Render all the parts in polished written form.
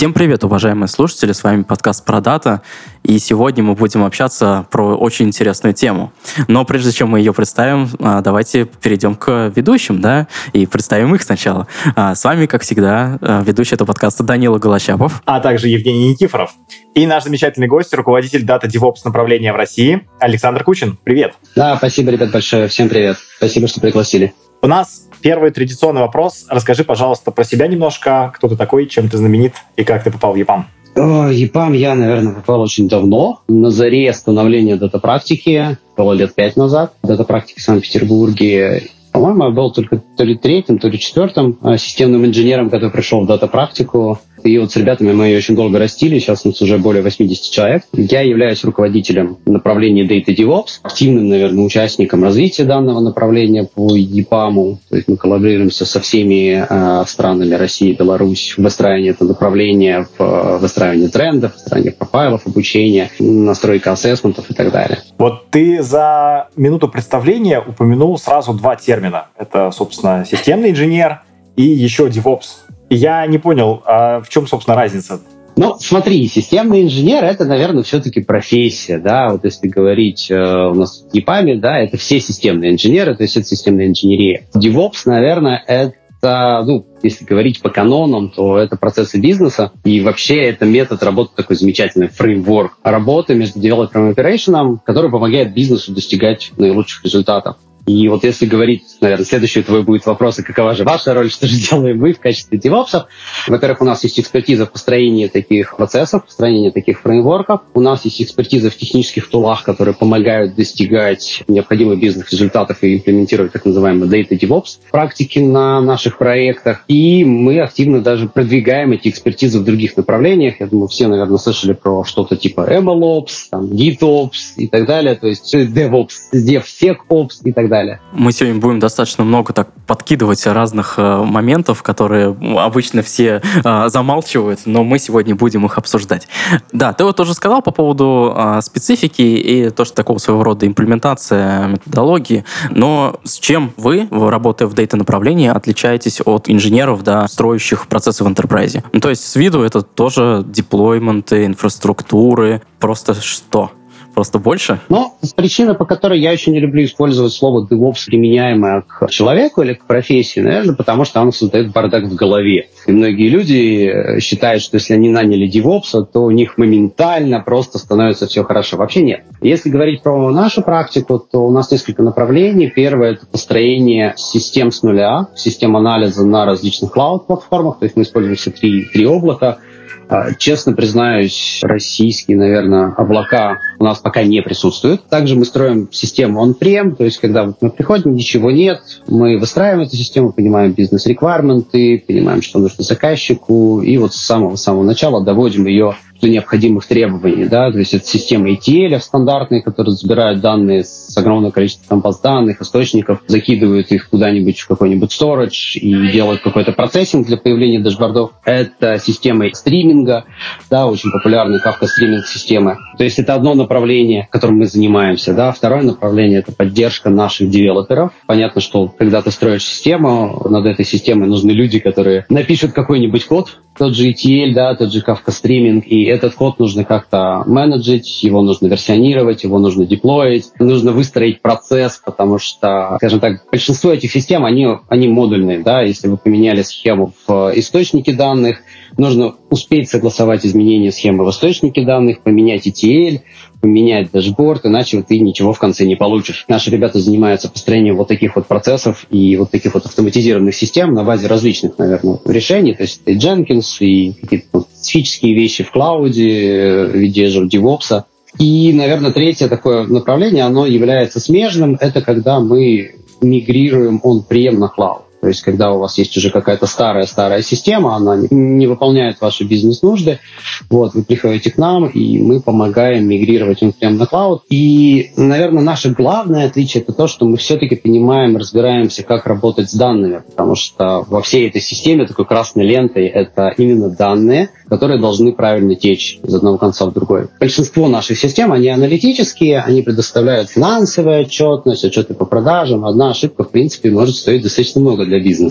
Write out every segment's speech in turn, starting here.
Всем привет, уважаемые слушатели, с вами подкаст про дата, и сегодня мы будем общаться про очень интересную тему. Но прежде чем мы ее представим, давайте перейдем к ведущим, да, и представим их сначала. С вами, как всегда, ведущий этого подкаста Данила Голощапов. А также Евгений Никифоров. И наш замечательный гость, руководитель Data DevOps направления в России, Александр Кучин. Привет. Да, спасибо, ребят, большое. Всем привет. Спасибо, что пригласили. У нас первый традиционный вопрос. Расскажи, пожалуйста, про себя немножко. Кто ты такой, чем ты знаменит и как ты попал в EPAM? EPAM я, наверное, попал очень давно. На заре становления дата-практики, было лет 5 назад. Дата-практики в Санкт-Петербурге. По-моему, я был только то ли третьим, то ли четвертым системным инженером, который пришел в дата-практику. И вот с ребятами мы ее очень долго растили, сейчас у нас уже более 80 человек. Я являюсь руководителем направления Data DevOps, активным, наверное, участником развития данного направления по EPAM. То есть мы коллаборируемся со всеми странами России, Беларусь в выстраивании этого направления, в выстраивании трендов, в выстраивании профайлов обучения, настройка ассессментов и так далее. Вот ты за минуту представления упомянул сразу два термина. Это, собственно, системный инженер и еще DevOps. И я не понял, а в чем, собственно, разница? Ну, смотри, системный инженер — это, наверное, все-таки профессия, да, вот если говорить у нас в EPAM, да, это все системные инженеры, то есть это системная инженерия. DevOps, наверное, это, если говорить по канонам, то это процессы бизнеса, и вообще это метод работы, такой замечательный фреймворк работы между developer и operation, который помогает бизнесу достигать наилучших результатов. И вот если говорить, наверное, следующий твой будет вопрос, какова же ваша роль, что же делаем мы в качестве девопсов. Во-первых, у нас есть экспертиза в построении таких процессов, построении таких фреймворков. У нас есть экспертиза в технических тулах, которые помогают достигать необходимых бизнес-результатов и имплементировать так называемый Data DevOps практики на наших проектах. И мы активно даже продвигаем эти экспертизы в других направлениях. Я думаю, все, наверное, слышали про что-то типа MLOps, GitOps и так далее. То есть DevOps, DevSecOps и так далее. Мы сегодня будем достаточно много так подкидывать разных моментов, которые обычно все замалчивают, но мы сегодня будем их обсуждать. Да, ты вот тоже сказал по поводу специфики и то, что такого своего рода имплементация методологии, но с чем вы, работая в дейта-направлении, отличаетесь от инженеров, да, строящих процессы в enterprise? Ну, то есть с виду это тоже деплойменты, инфраструктуры, просто что? Просто больше? Но причина, по которой я очень не люблю использовать слово DevOps, применяемое к человеку или к профессии, наверное, потому что оно создает бардак в голове. И многие люди считают, что если они наняли DevOps, то у них моментально просто становится все хорошо. Вообще нет. Если говорить про нашу практику, то у нас несколько направлений. Первое — это построение систем с нуля, систем анализа на различных клауд-платформах. То есть мы используем все три облака. Честно признаюсь, российские, наверное, облака у нас пока не присутствуют. Также мы строим систему on-prem, то есть когда мы приходим, ничего нет, мы выстраиваем эту систему, понимаем бизнес-реквайрменты, понимаем, что нужно заказчику, и вот с самого начала доводим ее до необходимых требований, да, то есть это система ETL стандартные, которые забирают данные с огромного количества баз данных, источников, закидывают их куда-нибудь в какой-нибудь storage и делают какой-то процессинг для появления дашбордов. Это система стриминга, да, очень популярная Kafka стриминг-система. То есть это одно направление, которым мы занимаемся, да. Второе направление — это поддержка наших девелоперов. Понятно, что когда ты строишь систему, над этой системой нужны люди, которые напишут какой-нибудь код, тот же ETL, да, тот же Kafka стриминг, и этот код нужно как-то менеджить, его нужно версионировать, его нужно деплоить, нужно выстроить процесс, потому что, скажем так, большинство этих систем, они модульные, да, если вы поменяли схему в источнике данных, нужно успеть согласовать изменения схемы в источнике данных, поменять ETL, поменять дашборд, иначе ты ничего в конце не получишь. Наши ребята занимаются построением вот таких вот процессов и вот таких вот автоматизированных систем на базе различных, наверное, решений. То есть это и Jenkins, и какие-то специфические вещи в клауде, в виде Azure DevOps. И, наверное, третье такое направление, оно является смежным. Это когда мы мигрируем on-prem на клауд. То есть, когда у вас есть уже какая-то старая система, она не выполняет ваши бизнес-нужды, вот, вы приходите к нам, и мы помогаем мигрировать прямо на клауд. И, наверное, наше главное отличие — это то, что мы все-таки понимаем, разбираемся, как работать с данными, потому что во всей этой системе такой красной лентой — это именно данные, которые должны правильно течь из одного конца в другой. Большинство наших систем, они аналитические, они предоставляют финансовую отчетность, отчеты по продажам. Одна ошибка, в принципе, может стоить достаточно много для бизнеса.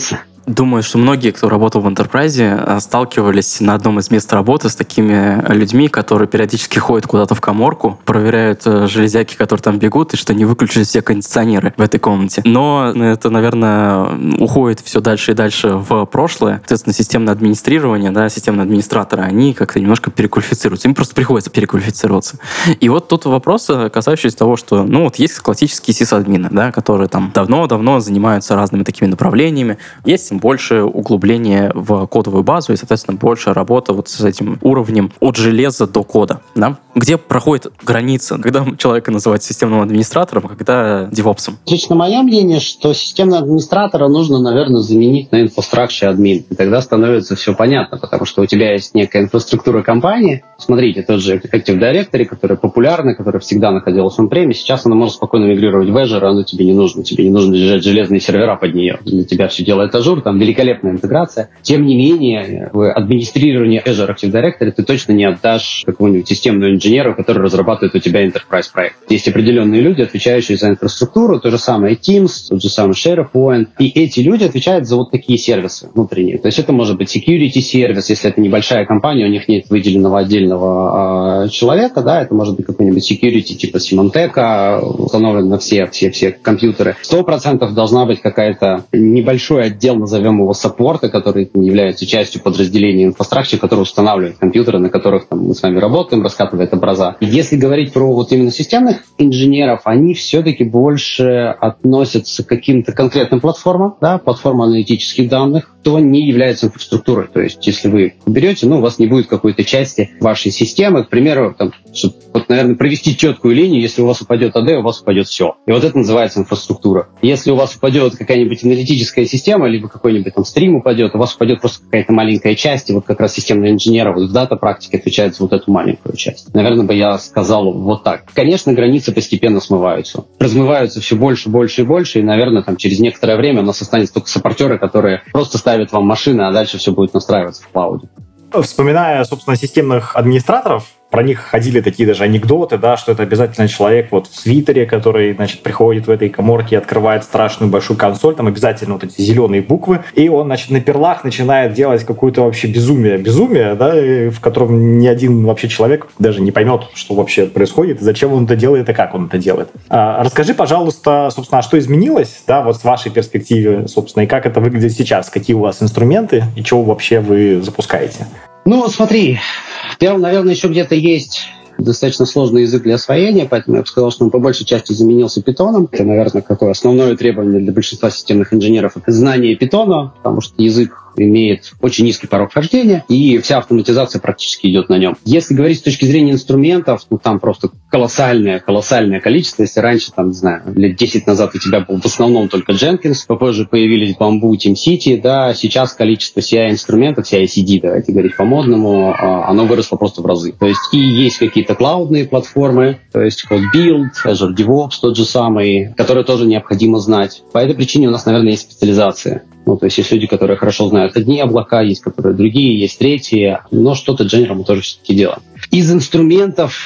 Думаю, что многие, кто работал в Enterprise, сталкивались на одном из мест работы с такими людьми, которые периодически ходят куда-то в каморку, проверяют железяки, которые там бегут, и что не выключили все кондиционеры в этой комнате. Но это, наверное, уходит все дальше и дальше в прошлое. Соответственно, системное администрирование, да, системные администраторы, они как-то немножко переквалифицируются. Им просто приходится переквалифицироваться. И вот тут вопрос, касающийся того, что, ну, вот есть классические сисадмины, да, которые там давно-давно занимаются разными такими направлениями. Есть больше углубления в кодовую базу и, соответственно, больше работа вот с этим уровнем от железа до кода, да? Где проходит граница, когда человека называют системным администратором, а когда девопсом? Лично мое мнение, что системного администратора нужно, наверное, заменить на infrastructure админ. И тогда становится все понятно, потому что у тебя есть некая инфраструктура компании. Смотрите, тот же Active Directory, которая популярна, которая всегда находилась в on-premise, сейчас она может спокойно мигрировать в Azure, оно тебе не нужно. Тебе не нужно держать железные сервера под нее. Для тебя все делает Azure, там великолепная интеграция. Тем не менее, в администрировании Azure Active Directory ты точно не отдашь какому-нибудь системному инженеру, который разрабатывает у тебя enterprise проект. Есть определенные люди, отвечающие за инфраструктуру, то же самое Teams, тот же самый SharePoint, и эти люди отвечают за вот такие сервисы внутренние. То есть это может быть security сервис, если это небольшая компания, у них нет выделенного отдельного человека, да, это может быть какой-нибудь security типа Symantec, установлен на все компьютеры. 100% должна быть какая-то небольшой отдел, назовем его саппорта, который является частью подразделения инфраструктуры, который устанавливает компьютеры, на которых там, мы с вами работаем, раскатывает образа. Если говорить про вот именно системных инженеров, они все-таки больше относятся к каким-то конкретным платформам, да, платформам аналитических данных, то не является инфраструктурой. То есть, если вы берете, у вас не будет какой-то части вашей системы, к примеру, там, чтобы, вот, наверное, провести четкую линию, если у вас упадет AD, у вас упадет все. И вот это называется инфраструктура. Если у вас упадет какая-нибудь аналитическая система, либо какой-нибудь там стрим упадет, у вас упадет просто какая-то маленькая часть, и вот как раз системные инженеры вот в дата-практике отвечают за вот эту маленькую часть. Наверное, бы я сказал вот так. Конечно, границы постепенно смываются. Размываются все больше, больше и больше, и, наверное, там через некоторое время у нас останется только саппортеры, которые просто ставят вам машины, а дальше все будет настраиваться в клауде. Вспоминая, собственно, системных администраторов, про них ходили такие даже анекдоты, да, что это обязательно человек вот в свитере, который, значит, приходит в этой каморке и открывает страшную большую консоль, там обязательно вот эти зеленые буквы, и он, значит, на перлах начинает делать какое-то вообще безумие, да, в котором ни один вообще человек даже не поймет, что вообще происходит, зачем он это делает и как он это делает. Расскажи, пожалуйста, собственно, что изменилось, да, вот с вашей перспективы, собственно, и как это выглядит сейчас, какие у вас инструменты и что вообще вы запускаете? Ну, смотри, первым, наверное, еще где-то есть достаточно сложный язык для освоения, поэтому я бы сказал, что он по большей части заменился питоном. Это, наверное, какое основное требование для большинства системных инженеров — это знание питона, потому что язык имеет очень низкий порог вхождения, и вся автоматизация практически идет на нем. Если говорить с точки зрения инструментов, там просто колоссальное количество. Если раньше, там, не знаю, лет 10 назад у тебя был в основном только Jenkins, попозже появились Bamboo, TeamCity, да, сейчас количество CI-инструментов, CI/CD, давайте говорить по-модному, оно выросло просто в разы. То есть и есть какие-то клаудные платформы, то есть CloudBuild, Azure DevOps тот же самый, которые тоже необходимо знать. По этой причине у нас, наверное, есть специализация. То есть есть люди, которые хорошо знают одни облака, есть которые другие, есть третьи, но что-то дженером мы тоже все-таки делаем. Из инструментов,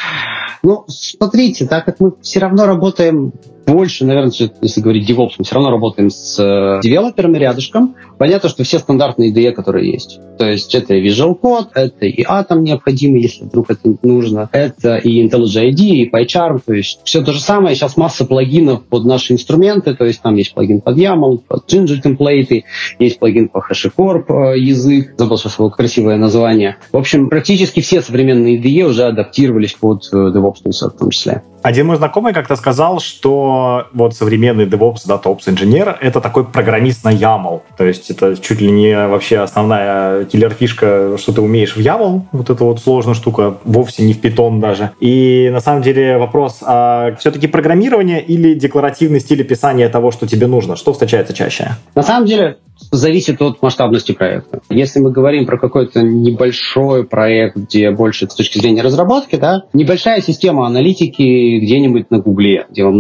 смотрите, так как мы все равно работаем больше, наверное, если говорить DevOps, мы все равно работаем с девелоперами рядышком. Понятно, что все стандартные IDE, которые есть. То есть это и Visual Code, это и Atom необходимый, если вдруг это нужно. Это и IntelliJ IDEA, и PyCharm. То есть все то же самое. Сейчас масса плагинов под наши инструменты. То есть там есть плагин под YAML, под Ginger темплейты, есть плагин по HashiCorp язык. Забыл сейчас его красивое название. В общем, практически все современные IDE уже адаптировались под DevOps в том числе. Один мой знакомый как-то сказал, что вот современный DevOps, DataOps инженер — это такой программист на YAML. То есть это чуть ли не вообще основная киллер-фишка, что ты умеешь в YAML, вот эта вот сложная штука, вовсе не в Python даже. И на самом деле вопрос, все-таки программирование или декларативный стиль описания того, что тебе нужно? Что встречается чаще? На самом деле зависит от масштабности проекта. Если мы говорим про какой-то небольшой проект, где больше с точки зрения разработки, да, небольшая система аналитики где-нибудь на Гугле, где вам нужно поставить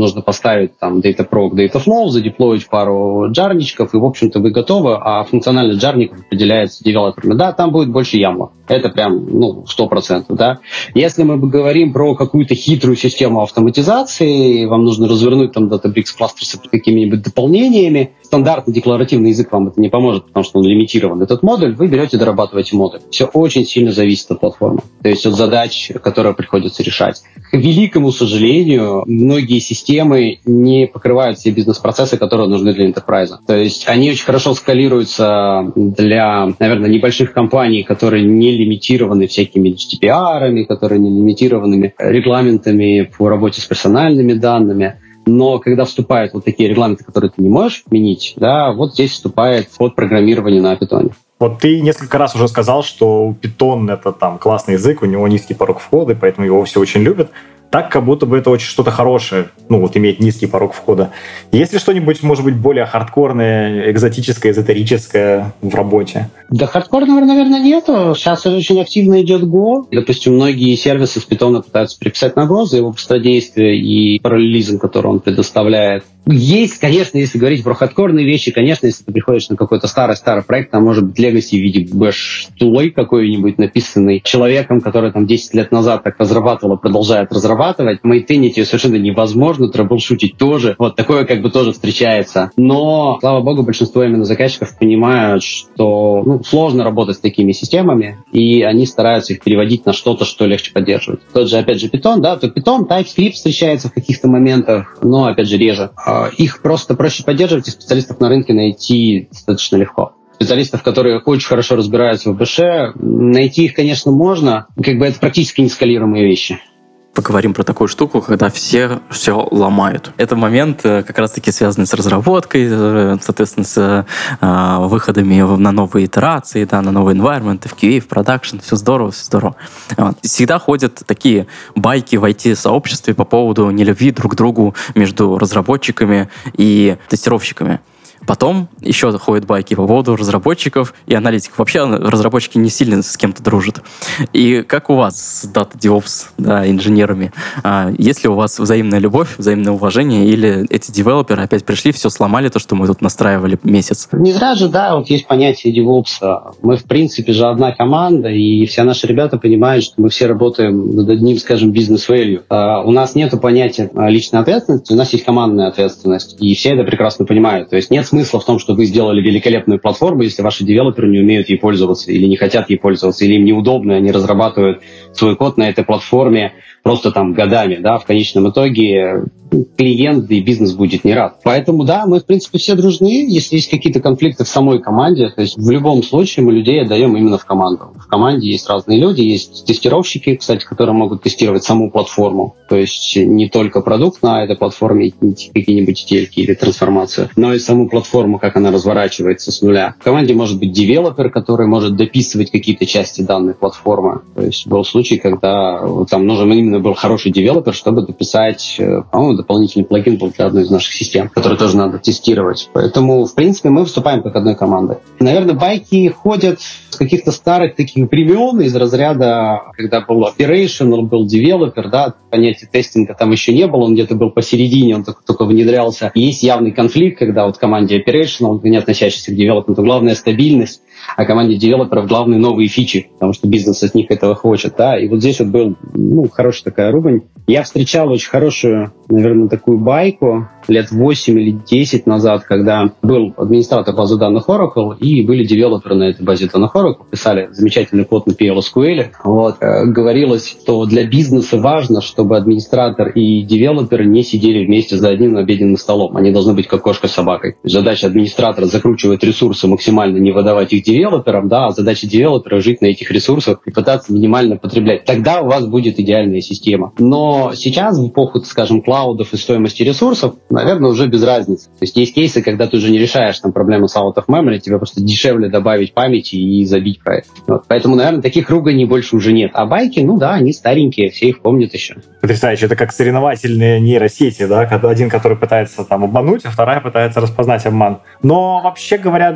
поставить там Dataproc, Dataflow, задеплоить пару джарничков, и, в общем-то, вы готовы, а функциональность джарников определяется девелоперами. Да, там будет больше YAML. Это прям, 100%, да. Если мы говорим про какую-то хитрую систему автоматизации, вам нужно развернуть там Databricks кластер с какими-нибудь дополнениями, стандартный декларативный язык вам это не поможет, потому что он лимитирован. Этот модуль, вы берете, дорабатываете модуль. Все очень сильно зависит от платформы. То есть от задач, которые приходится решать. К великому сожалению, многие системы не покрывают все бизнес-процессы, которые нужны для enterprise. То есть они очень хорошо скалируются для, наверное, небольших компаний, которые не лимитированы всякими GDPR-ами, которые не лимитированы регламентами по работе с персональными данными. Но когда вступают вот такие регламенты, которые ты не можешь отменить, да, вот здесь вступает код программирования на Python. Вот ты несколько раз уже сказал, что Python — это там классный язык, у него низкий порог входа, и поэтому его все очень любят. Так, как будто бы это очень что-то хорошее, иметь низкий порог входа. Есть ли что-нибудь, может быть, более хардкорное, экзотическое, эзотерическое в работе? Да, хардкорного, наверное, нету. Сейчас очень активно идет Go. Допустим, многие сервисы с Python пытаются переписать на Go за его быстродействие и параллелизм, который он предоставляет. Есть, конечно, если говорить про хардкорные вещи, конечно, если ты приходишь на какой-то старый проект, там может быть legacy в виде bash-тулой какой-нибудь, написанный человеком, который там 10 лет назад так разрабатывал и продолжает разрабатывать. Мейнтейнить ее совершенно невозможно, трэблшутить тоже. Вот такое тоже встречается. Но, слава богу, большинство именно заказчиков понимают, что сложно работать с такими системами, и они стараются их переводить на что-то, что легче поддерживать. Тот же, опять же, Python, да, то Python, TypeScript встречается в каких-то моментах, но, опять же, реже. Их просто проще поддерживать, и специалистов на рынке найти достаточно легко. Специалистов, которые очень хорошо разбираются в БШ, найти их, конечно, можно. Это практически нескалируемые вещи. Поговорим про такую штуку, когда все ломают. Это момент как раз-таки связанный с разработкой, соответственно, с выходами на новые итерации, да, на новые environment, в QA, в продакшн. Все здорово, все здорово. Всегда ходят такие байки в IT-сообществе по поводу нелюбви друг к другу между разработчиками и тестировщиками. Потом еще ходят байки по поводу разработчиков и аналитиков. Вообще разработчики не сильно с кем-то дружат. И как у вас с Data DevOps, да, инженерами? Есть ли у вас взаимная любовь, взаимное уважение, или эти девелоперы опять пришли, все сломали, то, что мы тут настраивали месяц? Не зря же, да, вот есть понятие DevOps. Мы, в принципе, же одна команда, и все наши ребята понимают, что мы все работаем над одним, скажем, бизнес-value. У нас нет понятия личной ответственности, у нас есть командная ответственность, и все это прекрасно понимают. То есть нет смысла в том, что вы сделали великолепную платформу, если ваши девелоперы не умеют ей пользоваться или не хотят ей пользоваться, или им неудобно, и они разрабатывают свой код на этой платформе просто там годами, да, в конечном итоге клиент и бизнес будет не рад. Поэтому, да, мы, в принципе, все дружны. Если есть какие-то конфликты в самой команде, то есть в любом случае мы людей отдаем именно в команду. В команде есть разные люди, есть тестировщики, кстати, которые могут тестировать саму платформу, то есть не только продукт на этой платформе, какие-нибудь стельки или трансформацию, но и саму платформу, как она разворачивается с нуля. В команде может быть девелопер, который может дописывать какие-то части данной платформы. То есть был случай, когда там нужен именно был хороший девелопер, чтобы дописать, по-моему, дополнительный плагин был для одной из наших систем, который тоже надо тестировать. Поэтому, в принципе, мы выступаем как одной командой. Наверное, байки ходят с каких-то старых таких времен из разряда, когда был operational, был девелопер, да, понятие тестинга там еще не было, он где-то был посередине, он только внедрялся. И есть явный конфликт, когда вот в команде operational, не относящийся к девелопменту, главная стабильность, а команде девелоперов главные новые фичи, потому что бизнес от них этого хочет, да. И вот здесь вот был, хорошая такая ругань. Я встречал очень хорошую, наверное, такую байку лет 8 или 10 назад, когда был администратор базы данных Oracle, и были девелоперы на этой базе данных Oracle, писали замечательный код на PL/SQL. Говорилось, что для бизнеса важно, чтобы администратор и девелоперы не сидели вместе за одним обеденным столом. Они должны быть как кошка с собакой. Задача администратора — закручивать ресурсы, максимально не выдавать их девелоперам, да, а задача девелопера — жить на этих ресурсах и пытаться минимально потреблять. Тогда у вас будет идеальная система. Но сейчас, в эпоху, скажем, клаудов и стоимости ресурсов, наверное, уже без разницы. То есть есть кейсы, когда ты уже не решаешь там проблему с out of memory, тебе просто дешевле добавить памяти и забить проект. Поэтому, наверное, таких руганий больше уже нет. А байки, они старенькие, все их помнят еще. Потрясающе. Это как соревновательные нейросети, да? Один, который пытается там обмануть, а вторая пытается распознать обман. Но вообще говоря,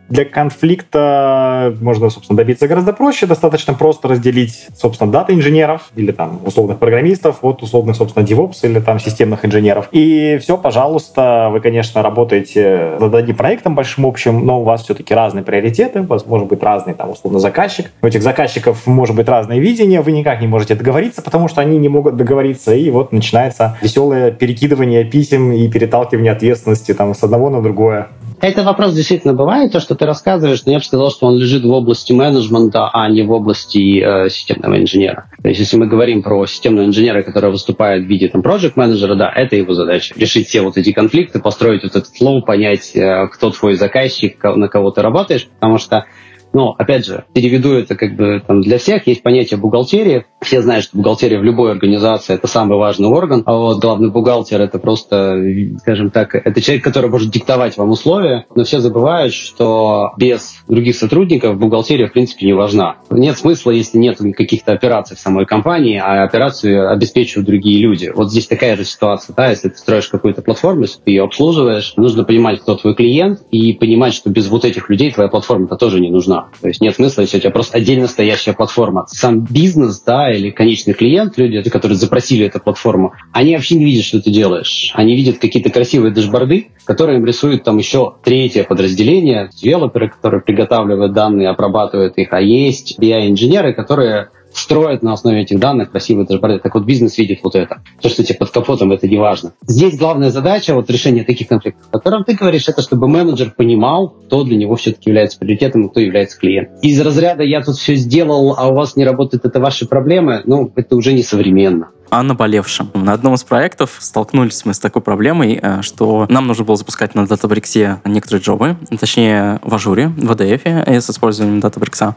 Для конфликта можно, собственно, добиться гораздо проще. Достаточно просто разделить, собственно, дата-инженеров или там условных программистов от условных, собственно, DevOps или там системных инженеров. И все, пожалуйста, вы, конечно, работаете над одним проектом большим общим, но у вас все-таки разные приоритеты, у вас может быть разный, там, условно, заказчик. У этих заказчиков может быть разное видение, вы никак не можете договориться, потому что они не могут договориться, и вот начинается веселое перекидывание писем и переталкивание ответственности там с одного на другое. Это вопрос действительно бывает, то, что ты рассказываешь, но я бы сказал, что он лежит в области менеджмента, а не в области системного инженера. То есть, если мы говорим про системного инженера, который выступает в виде проект-менеджера, да, это его задача. Решить все вот эти конфликты, построить вот этот флоу, понять, кто твой заказчик, на кого ты работаешь, потому что опять же, переведу это для всех. Есть понятие бухгалтерии. Все знают, что бухгалтерия в любой организации – это самый важный орган. А вот главный бухгалтер – это просто, скажем так, это человек, который может диктовать вам условия. Но все забывают, что без других сотрудников бухгалтерия, в принципе, не важна. Нет смысла, если нет каких-то операций в самой компании, а операцию обеспечивают другие люди. Вот здесь такая же ситуация. Да? Если ты строишь какую-то платформу, если ты ее обслуживаешь, нужно понимать, кто твой клиент, и понимать, что без вот этих людей твоя платформа-то тоже не нужна. То есть нет смысла, если у тебя просто отдельно стоящая платформа. Сам бизнес, да, или конечный клиент, люди, которые запросили эту платформу, они вообще не видят, что ты делаешь. Они видят какие-то красивые дэшборды, которые им рисуют там еще третье подразделение, девелоперы, которые приготавливают данные, обрабатывают их, а есть BI-инженеры, которые строят на основе этих данных красивые дашборды. Так вот, бизнес видит вот это. То, что тебе под капотом, это не важно. Здесь главная задача решения таких конфликтов, о котором ты говоришь, это чтобы менеджер понимал, кто для него все-таки является приоритетом и кто является клиентом. Из разряда «я тут все сделал, а у вас не работает, это ваши проблемы», это уже не современно. О наболевшем. На одном из проектов столкнулись мы с такой проблемой, что нам нужно было запускать на Databricks некоторые джобы, точнее в Ажуре, в ADF с использованием Databricks.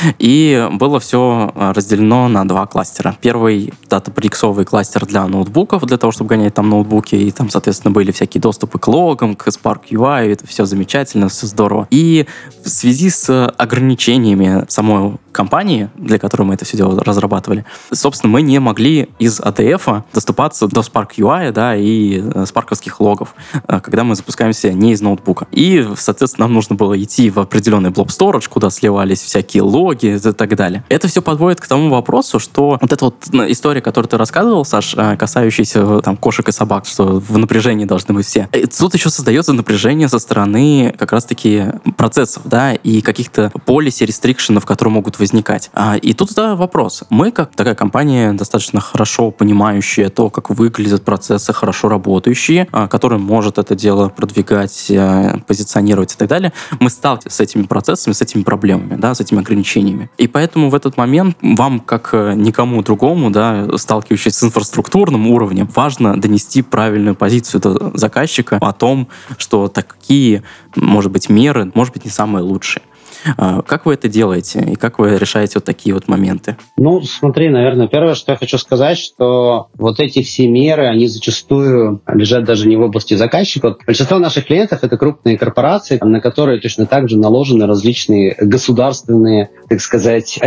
И было все разделено на два кластера. Первый Databricks-овый кластер для ноутбуков, для того, чтобы гонять там ноутбуки, и там, соответственно, были всякие доступы к логам, к Spark UI, это все замечательно, все здорово. И в связи с ограничениями самой компании, для которой мы это все дело разрабатывали, собственно, мы не могли из ADF доступаться до Spark UI, да, и спарковских логов, когда мы запускаемся не из ноутбука. И, соответственно, нам нужно было идти в определенный blob storage, куда сливались всякие логи и так далее. Это все подводит к тому вопросу, что вот эта вот история, которую ты рассказывал, Саш, касающаяся там кошек и собак, что в напряжении должны быть все. Тут еще создается напряжение со стороны как раз-таки процессов, да, и каких-то policy restriction'ов, которые могут возникать. И тут, да, вопрос. Мы, как такая компания, достаточно хорошо понимающая то, как выглядят процессы, хорошо работающие, который может это дело продвигать, позиционировать и так далее, мы сталкиваемся с этими процессами, с этими проблемами, да, с этими ограничениями. И поэтому в этот момент вам, как никому другому, да, сталкивающись с инфраструктурным уровнем, важно донести правильную позицию до заказчика о том, что такие, может быть, меры, может быть, не самые лучшие. Как вы это делаете и как вы решаете вот такие вот моменты? Смотри, наверное, первое, что я хочу сказать, что вот эти все меры, они зачастую лежат даже не в области заказчиков. Большинство наших клиентов — это крупные корпорации, на которые точно так же наложены различные государственные, так сказать,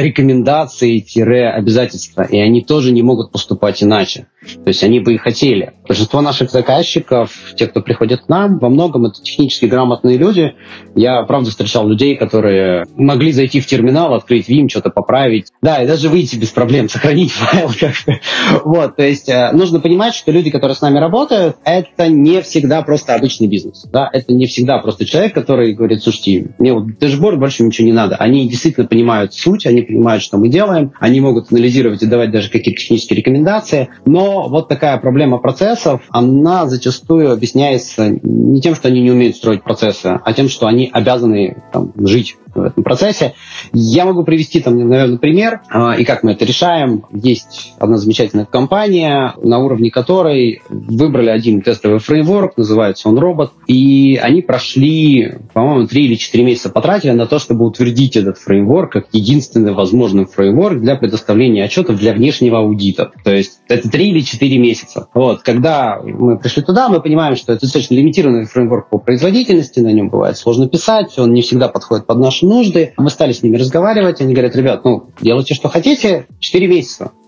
рекомендации-обязательства, и они тоже не могут поступать иначе. То есть они бы и хотели. Большинство наших заказчиков, те, кто приходят к нам, во многом это технически грамотные люди. Я, правда, встречал людей, которые могли зайти в терминал, открыть Vim, что-то поправить. Да, и даже выйти без проблем, сохранить файл как-то. Вот, то есть нужно понимать, что люди, которые с нами работают, это не всегда просто обычный бизнес. Да? Это не всегда просто человек, который говорит: слушайте, мне вот дэшборд, больше ничего не надо. Они действительно понимают суть, они понимают, что мы делаем, они могут анализировать и давать даже какие-то технические рекомендации, но вот такая проблема процессов, она зачастую объясняется не тем, что они не умеют строить процессы, а тем, что они обязаны жить в этом процессе. Я могу привести, наверное, пример, и как мы это решаем. Есть одна замечательная компания, на уровне которой выбрали один тестовый фреймворк, называется он Robot, и они прошли, по-моему, 3 или 4 месяца потратили на то, чтобы утвердить этот фреймворк как единственный возможный фреймворк для предоставления отчетов для внешнего аудита. То есть это 3 или 4 месяца. Вот. Когда мы пришли туда, мы понимаем, что это достаточно лимитированный фреймворк по производительности, на нем бывает сложно писать, он не всегда подходит под наши нужды. Мы стали с ними разговаривать, они говорят: ребят, делайте, что хотите, 4 месяца.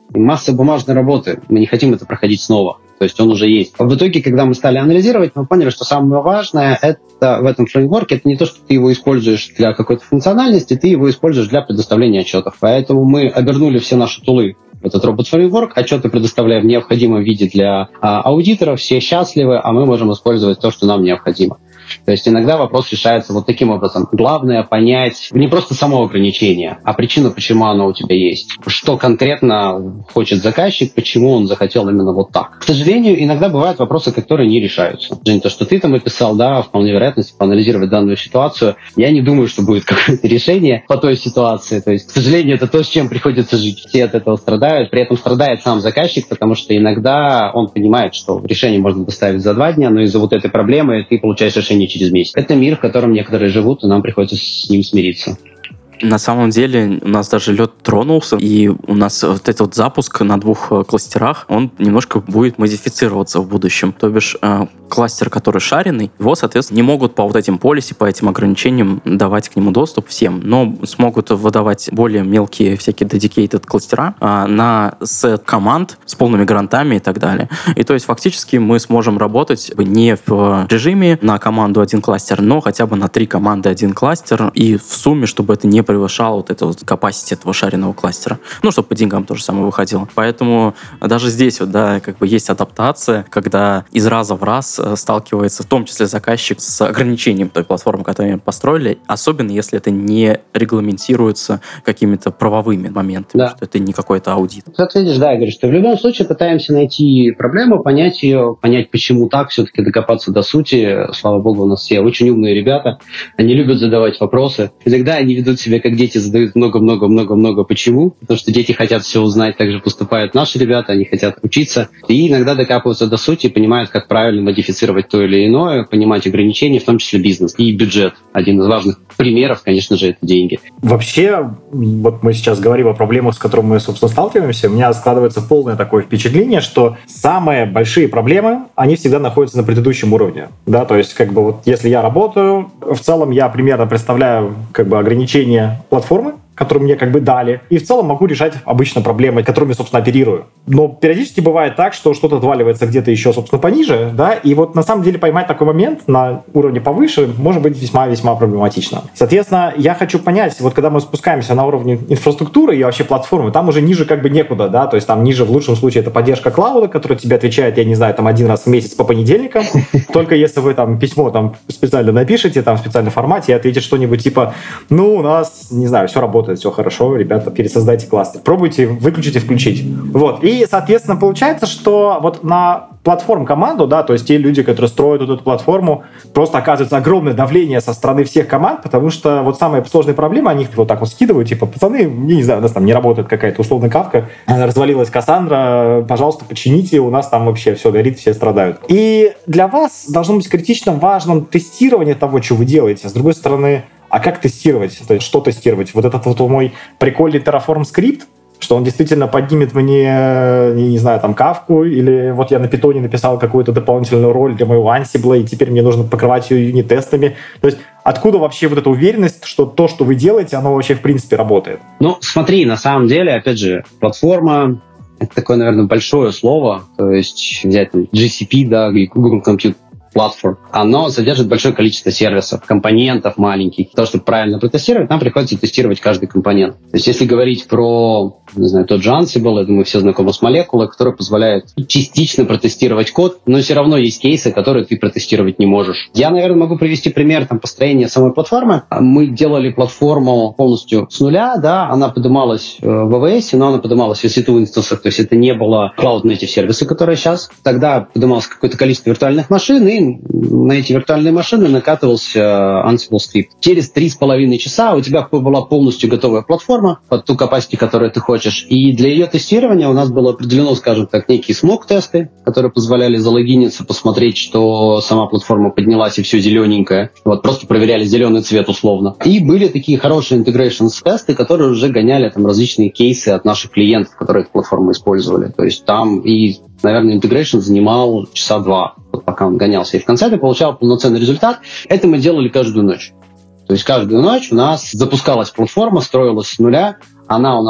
масса бумажной работы. Мы не хотим это проходить снова. То есть он уже есть. В итоге, когда мы стали анализировать, мы поняли, что самое важное это в этом фреймворке, это не то, что ты его используешь для какой-то функциональности, ты его используешь для предоставления отчетов. Поэтому мы обернули все наши тулы в этот робот-фреймворк, отчеты предоставляем в необходимом виде для аудиторов, все счастливы, а мы можем использовать то, что нам необходимо. То есть иногда вопрос решается вот таким образом. Главное понять не просто само ограничение, а причину, почему оно у тебя есть. Что конкретно хочет заказчик, почему он захотел именно вот так. К сожалению, иногда бывают вопросы, которые не решаются. Жень, то, что ты там описал, да, вполне вероятно, если поанализировать данную ситуацию, я не думаю, что будет какое-то решение по той ситуации. То есть, к сожалению, это то, с чем приходится жить. Все от этого страдают. При этом страдает сам заказчик, потому что иногда он понимает, что решение можно доставить за 2 дня, но из-за вот этой проблемы ты получаешь решение через месяц. Это мир, в котором некоторые живут, и нам приходится с ним смириться. На самом деле у нас даже лед тронулся, и у нас вот этот вот запуск на 2 кластерах, он немножко будет модифицироваться в будущем. То бишь кластер, который шаренный, его, соответственно, не могут по вот этим полиси, по этим ограничениям давать к нему доступ всем, но смогут выдавать более мелкие всякие dedicated кластера на сет команд с полными грантами и так далее. И то есть фактически мы сможем работать не в режиме на команду 1 кластер, но хотя бы на 3 команды 1 кластер, и в сумме, чтобы это не превышало вот это вот capacity этого шаренного кластера. Ну, чтобы по деньгам то же самое выходило. Поэтому даже здесь вот, да, как бы есть адаптация, когда из раза в раз сталкивается в том числе заказчик с ограничением той платформы, которую они построили, особенно если это не регламентируется какими-то правовыми моментами, да. Что это не какой-то аудит. Как видишь, да, я говорю, что в любом случае пытаемся найти проблему, понять ее, понять, почему так, все-таки докопаться до сути. Слава богу, у нас все очень умные ребята, они любят задавать вопросы. Иногда они ведут себя как дети, задают много-много-много-много почему, потому что дети хотят все узнать, так же поступают наши ребята, они хотят учиться, и иногда докапываются до сути и понимают, как правильно модифицировать то или иное, понимать ограничения, в том числе бизнес и бюджет. Один из важных примеров, конечно же, это деньги. Вообще, вот мы сейчас говорим о проблемах, с которыми мы, собственно, сталкиваемся, у меня складывается полное такое впечатление, что самые большие проблемы, они всегда находятся на предыдущем уровне, да, то есть, как бы, вот, если я работаю, в целом я примерно представляю, как бы, ограничения платформы, которые мне как бы дали, и в целом могу решать обычно проблемы, которыми, собственно, оперирую. Но периодически бывает так, что что-то отваливается где-то еще, собственно, пониже, да, и вот на самом деле поймать такой момент на уровне повыше может быть весьма-весьма проблематично. Соответственно, я хочу понять, вот когда мы спускаемся на уровне инфраструктуры и вообще платформы, там уже ниже как бы некуда, да, то есть там ниже в лучшем случае это поддержка клауда, который тебе отвечает, я не знаю, там 1 раз в месяц по понедельникам, только если вы там письмо там специально напишете, там в специальном формате и ответите что-нибудь типа, ну, у нас, не знаю, все работает, все хорошо, ребята, пересоздайте кластер. Пробуйте, выключите, включить. Вот. И, соответственно, получается, что вот на платформ-команду, да, то есть те люди, которые строят эту платформу, просто оказывается огромное давление со стороны всех команд, потому что вот самые сложные проблемы, они их вот так вот скидывают, типа, пацаны, я не знаю, у нас там не работает какая-то условная кавка, развалилась Кассандра, пожалуйста, почините, у нас там вообще все горит, все страдают. И для вас должно быть критично важным тестирование того, что вы делаете. С другой стороны, а как тестировать? То есть, что тестировать? Вот этот вот мой прикольный Terraform скрипт, что он действительно поднимет мне, не знаю, там, кавку, или вот я на питоне написал какую-то дополнительную роль для моего Ansible, и теперь мне нужно покрывать ее юнит-тестами. То есть откуда вообще вот эта уверенность, что то, что вы делаете, оно вообще в принципе работает? Ну, смотри, на самом деле, опять же, платформа — это такое, наверное, большое слово. То есть взять там GCP, да, Google Compute Platform, оно содержит большое количество сервисов, компонентов маленьких. Для того, чтобы правильно протестировать, нам приходится тестировать каждый компонент. То есть если говорить про, не знаю, тот же Ansible, я думаю, все знакомы с молекулой, которая позволяет частично протестировать код, но все равно есть кейсы, которые ты протестировать не можешь. Я, наверное, могу привести пример там, построения самой платформы. Мы делали платформу полностью с нуля, да, она поднималась в AWS, но она поднималась в EC2 инстансах, то есть это не было Cloud Native сервисы, которые сейчас. Тогда поднималось какое-то количество виртуальных машин, и на эти виртуальные машины накатывался Ansible скрипт. Через 3,5 часа у тебя была полностью готовая платформа под ту capacity, которую ты хочешь. И для ее тестирования у нас было определено, скажем так, некие смог-тесты, которые позволяли залогиниться, посмотреть, что сама платформа поднялась и все зелененькое. Вот, просто проверяли зеленый цвет условно. И были такие хорошие integrations-тесты, которые уже гоняли там различные кейсы от наших клиентов, которые эту платформу использовали. То есть там и, наверное, integration занимал часа 2, вот пока он гонялся. И в конце ты получал полноценный результат. Это мы делали каждую ночь. То есть каждую ночь у нас запускалась платформа, строилась с нуля. Она у нас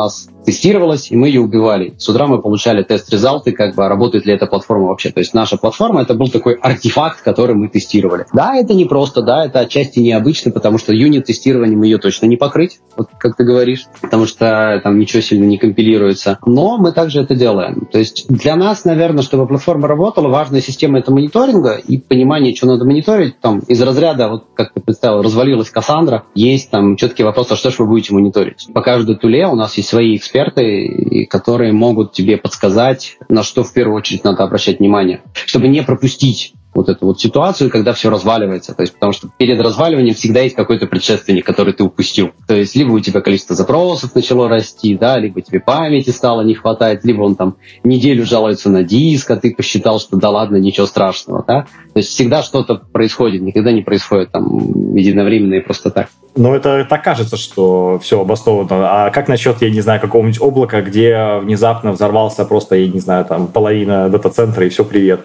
тестировалась, и мы ее убивали. С утра мы получали тест-резалты, как бы, а работает ли эта платформа вообще. То есть наша платформа — это был такой артефакт, который мы тестировали. Да, это непросто, да, это отчасти необычно, потому что юнит-тестированием ее точно не покрыть, вот как ты говоришь, потому что там ничего сильно не компилируется. Но мы также это делаем. То есть для нас, наверное, чтобы платформа работала, важная система — это мониторинга и понимание, что надо мониторить. Там из разряда, вот как ты представил, развалилась Кассандра, есть там четкий вопрос, а что ж вы будете мониторить? По каждой туле у нас есть свои эксперты, которые могут тебе подсказать, на что в первую очередь надо обращать внимание, чтобы не пропустить вот эту вот ситуацию, когда все разваливается. То есть, потому что перед разваливанием всегда есть какой-то предшественник, который ты упустил. То есть, либо у тебя количество запросов начало расти, да, либо тебе памяти стало не хватать, либо он там неделю жалуется на диск, а ты посчитал, что да ладно, ничего страшного, да. То есть, всегда что-то происходит, никогда не происходит там единовременно и просто так. Ну, это так кажется, что все обосновано. А как насчет, я не знаю, какого-нибудь облака, где внезапно взорвался просто, я не знаю, там половина дата-центра и все, привет?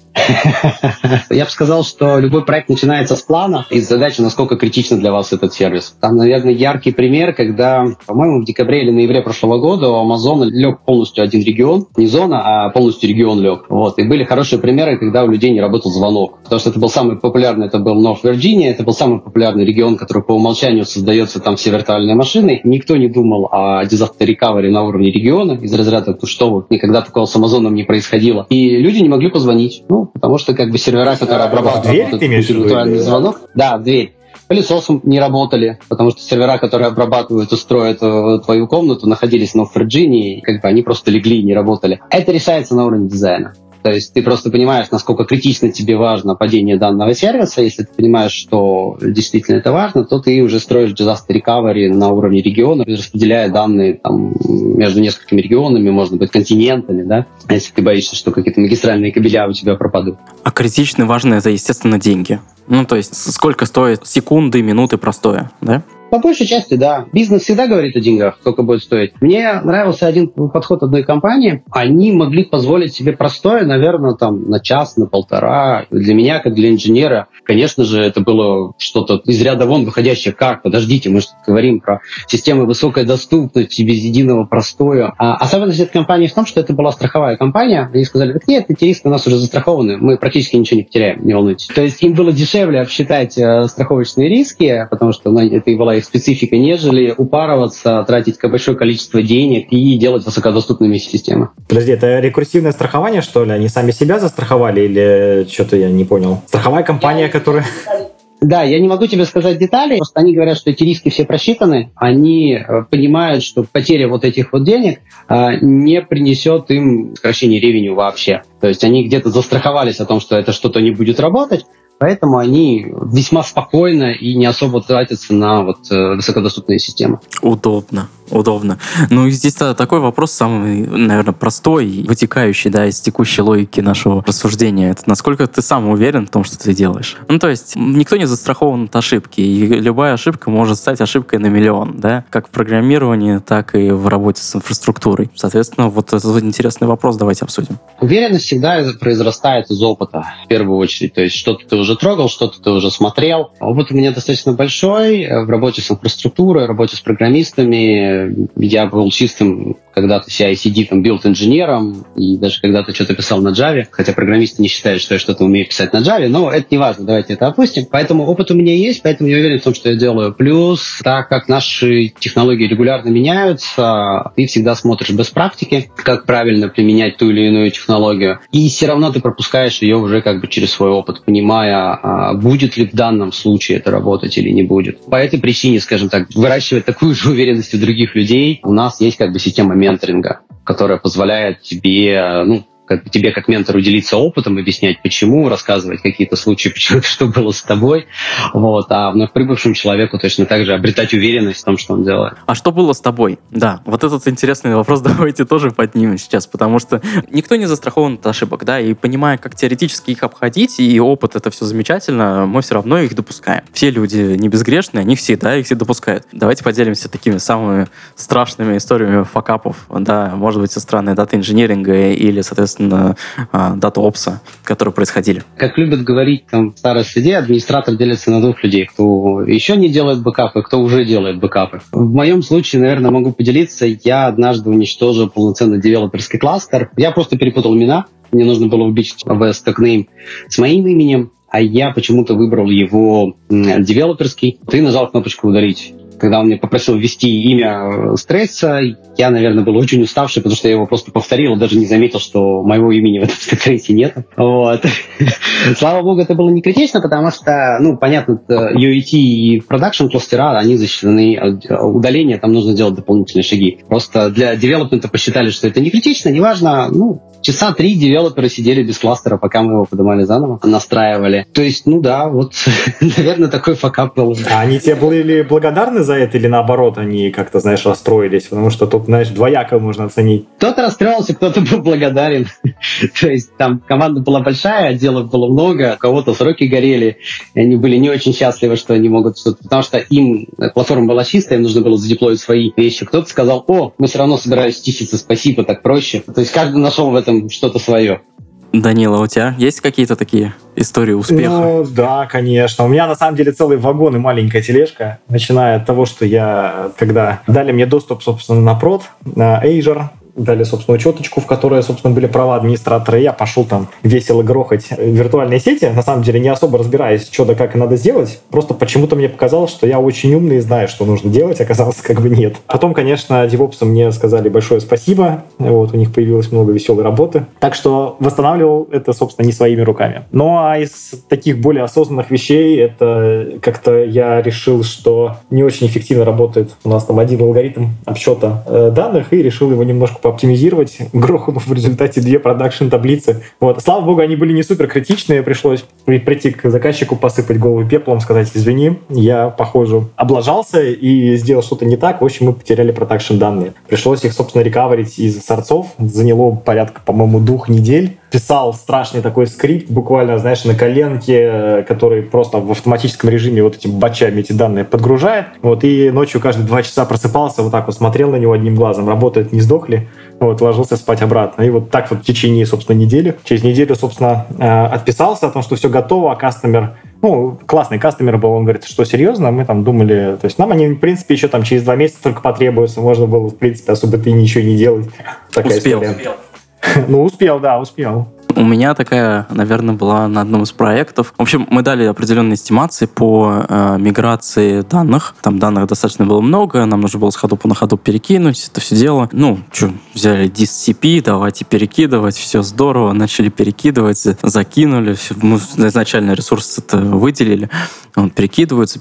Я бы сказал, что любой проект начинается с плана и с задачи, насколько критичен для вас этот сервис. Там, наверное, яркий пример, когда, по-моему, в декабре или ноябре прошлого года у Амазона лег полностью один регион, не зона, а полностью регион лег. Вот. И были хорошие примеры, когда у людей не работал звонок. Потому что это был самый популярный, это был North Virginia, это был самый популярный регион, который по умолчанию создается, там все виртуальные машины. Никто не думал о disaster recovery на уровне региона, из разряда, что вот никогда такого с Амазоном не происходило. И люди не могли позвонить. Потому что как бы сервера, которые обрабатывают виртуальный звонок, да, в дверь. Пылесосом не работали, потому что сервера, которые обрабатывают и строят твою комнату, находились в North Virginia, и как бы они просто легли и не работали. Это решается на уровне дизайна. То есть ты просто понимаешь, насколько критично тебе важно падение данного сервиса. Если ты понимаешь, что действительно это важно, то ты уже строишь disaster recovery на уровне региона, распределяя данные там, между несколькими регионами, может быть, континентами, да, если ты боишься, что какие-то магистральные кабеля у тебя пропадут. А критично важно — это, естественно, деньги. Ну, то есть сколько стоит секунды, минуты простое, да? По большей части, да. Бизнес всегда говорит о деньгах, сколько будет стоить. Мне нравился один подход одной компании. Они могли позволить себе простое, наверное, там на час, на полтора. Для меня, как для инженера, конечно же, это было что-то из ряда вон выходящее. Как? Подождите, мы же говорим про системы высокой доступности, без единого простоя. А особенность этой компании в том, что это была страховая компания. Они сказали, так нет, эти риски у нас уже застрахованы, мы практически ничего не потеряем, не волнуйтесь. То есть им было дешевле обсчитать страховочные риски, потому что это и была их специфика, нежели упарываться, тратить большое количество денег и делать высокодоступными системы. Подожди, это рекурсивное страхование, что ли? Они сами себя застраховали или что-то я не понял? Страховая компания, которая... Да, я не могу тебе сказать детали, просто они говорят, что эти риски все просчитаны, они понимают, что потеря вот этих вот денег не принесет им сокращение ревеню вообще. То есть они где-то застраховались о том, что это что-то не будет работать, поэтому они весьма спокойно и не особо тратятся на вот высокодоступные системы. Удобно. Ну и здесь такой вопрос самый, наверное, простой и вытекающий, да, из текущей логики нашего рассуждения. Это насколько ты сам уверен в том, что ты делаешь. Ну, то есть никто не застрахован от ошибки, и любая ошибка может стать ошибкой на миллион, да, как в программировании, так и в работе с инфраструктурой. Соответственно, вот этот интересный вопрос давайте обсудим. Уверенность всегда произрастает из опыта, в первую очередь. То есть что-то ты уже трогал, что-то ты уже смотрел. Опыт у меня достаточно большой в работе с инфраструктурой, работе с программистами. Я был чистым когда-то CI/CD там билд-инженером, и даже когда-то что-то писал на Java, хотя программисты не считают, что я что-то умею писать на Java, но это не важно, давайте это опустим. Поэтому опыт у меня есть, поэтому я уверен в том, что я делаю. Плюс, так как наши технологии регулярно меняются, ты всегда смотришь без практики, как правильно применять ту или иную технологию, и все равно ты пропускаешь ее уже как бы через свой опыт, понимая, будет ли в данном случае это работать или не будет. По этой причине, скажем так, выращивать такую же уверенность у других людей, у нас есть как бы система менторинга, которая позволяет тебе, тебе как ментору делиться опытом, объяснять почему, рассказывать какие-то случаи, почему, что было с тобой, вот, а вновь прибывшему человеку точно так же обретать уверенность в том, что он делает. А что было с тобой? Да, вот этот интересный вопрос давайте тоже поднимем сейчас, потому что никто не застрахован от ошибок, да, и понимая, как теоретически их обходить, и опыт, это все замечательно, мы все равно их допускаем. Все люди не безгрешные, они всегда их все допускают. Давайте поделимся такими самыми страшными историями факапов, да, может быть, со стороны дата-инжиниринга или, соответственно, соответственно, DataOps, которые происходили. Как любят говорить там в старой среде, администратор делится на двух людей. Кто еще не делает бэкапы, кто уже делает бэкапы. В моем случае, наверное, могу поделиться. Я однажды уничтожил полноценный девелоперский кластер. Я просто перепутал имена. Мне нужно было убить AWS как name с моим именем, а я почему-то выбрал его девелоперский. Ты нажал кнопочку «Удалить». Когда он мне попросил ввести имя стресса, я, наверное, был очень уставший, потому что я его просто повторил, даже не заметил, что моего имени в этом стрессе нет. Вот. Слава богу, это было не критично, потому что, понятно, UAT и продакшн кластера, они защищены удаление, там нужно делать дополнительные шаги. Просто для девелопмента посчитали, что это не критично, неважно, часа 3 девелоперы сидели без кластера, пока мы его поднимали заново, настраивали. То есть, наверное, такой факап был. А они тебе были благодарны за это или наоборот, они как-то, расстроились? Потому что тут, двояко можно оценить. Кто-то расстроился, кто-то был благодарен. То есть там команда была большая, отделов было много, у кого-то сроки горели, и они были не очень счастливы, что они могут что-то... Потому что им платформа была чистая, им нужно было задеплоить свои вещи. Кто-то сказал: мы все равно собирались чиститься, спасибо, так проще. То есть каждый нашел в этом что-то свое. Данила, у тебя есть какие-то такие истории успеха? Да, конечно. У меня, на самом деле, целый вагон и маленькая тележка. Начиная от того, что когда дали мне доступ, собственно, на прод, на Azure, дали, собственно, учеточку, в которой, собственно, были права администратора, и я пошел там весело грохать виртуальные сети, на самом деле не особо разбираясь, что да как надо сделать, просто почему-то мне показалось, что я очень умный и знаю, что нужно делать, оказалось, нет. Потом, конечно, девопсы мне сказали большое спасибо, у них появилось много веселой работы, так что восстанавливал это, собственно, не своими руками. А из таких более осознанных вещей, это как-то я решил, что не очень эффективно работает у нас там один алгоритм обсчета данных, и решил его немножко пооптимизировать, грохнув в результате 2 продакшн-таблицы. Слава богу, они были не супер критичные, пришлось прийти к заказчику, посыпать голову пеплом, сказать: извини, я, похоже, облажался и сделал что-то не так, в общем, мы потеряли продакшн-данные. Пришлось их, собственно, рекаверить из сорцов, заняло порядка, по-моему, 2 недель. Писал страшный такой скрипт, буквально, на коленке, который просто в автоматическом режиме этими батчами эти данные подгружает. И ночью каждые 2 часа просыпался, смотрел на него одним глазом, работает, не сдохли, ложился спать обратно. И так в течение, собственно, недели. Через неделю, собственно, отписался о том, что все готово, а кастомер, классный кастомер был, он говорит: что, серьезно? Мы там думали, то есть нам они, в принципе, еще там через 2 месяца только потребуются, можно было, в принципе, особо-то и ничего не делать. Такая успел. Успел. У меня такая, наверное, была на одном из проектов. В общем, мы дали определенные эстимации по миграции данных. Там данных достаточно было много, нам нужно было с ходу на ходу перекинуть это все дело. Взяли DistCP, давайте перекидывать, все здорово, начали перекидывать, закинули, мы изначально ресурсы это выделили. Перекидываются.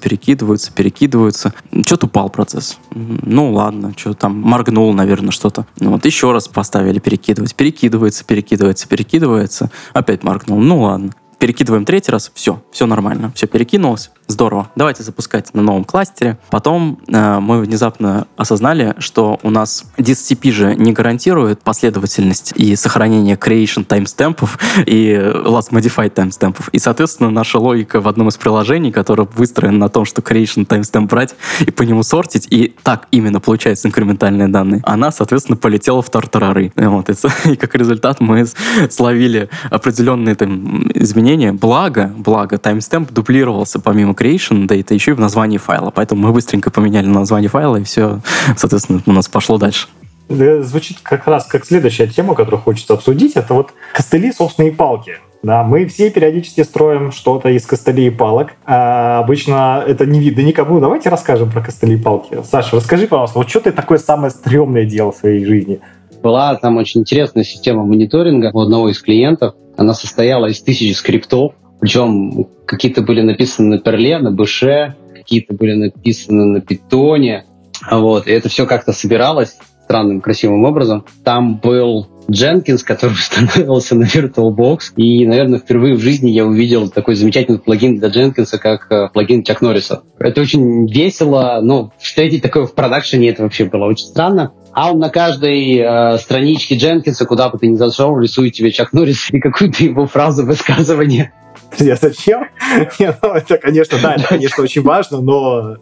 Что-то упал процесс. Ладно, что там, моргнул, наверное, что-то. Еще раз поставили перекидывать. Перекидывается. Опять моргнул. Ладно. Перекидываем 3-й раз. Все нормально. Все перекинулось. Здорово. Давайте запускать на новом кластере. Потом мы внезапно осознали, что у нас DistCP же не гарантирует последовательность и сохранение creation таймстемпов и last modified таймстемпов. И, соответственно, наша логика в одном из приложений, которое выстроено на том, что creation таймстемп брать и по нему сортить, и так именно получаются инкрементальные данные, она, соответственно, полетела в тартарары. И как результат мы словили определенные изменения. Благо, таймстемп дублировался помимо creation data еще и в названии файла. Поэтому мы быстренько поменяли название файла, и все, соответственно, у нас пошло дальше. Звучит как раз как следующая тема, которую хочется обсудить. Это костыли, собственно, и палки. Да, мы все периодически строим что-то из костылей и палок. А обычно это не видно никому. Давайте расскажем про костыли и палки. Саша, расскажи, пожалуйста, что ты такое самое стрёмное делал в своей жизни? Была там очень интересная система мониторинга у одного из клиентов. Она состояла из 1000 скриптов. Причем какие-то были написаны на Перле, на Бэше, какие-то были написаны на Питоне. И это все как-то собиралось странным, красивым образом. Там был Jenkins, который устанавливался на VirtualBox. И, наверное, впервые в жизни я увидел такой замечательный плагин для Jenkins, как плагин Чак Норриса. Это очень весело, но встретить такое в продакшене, это вообще было очень странно. А он на каждой страничке Дженкинса, куда бы ты ни зашел, рисует тебе Чак Норрис и какую-то его фразу высказывания. Друзья, зачем? Это, конечно, очень важно, но...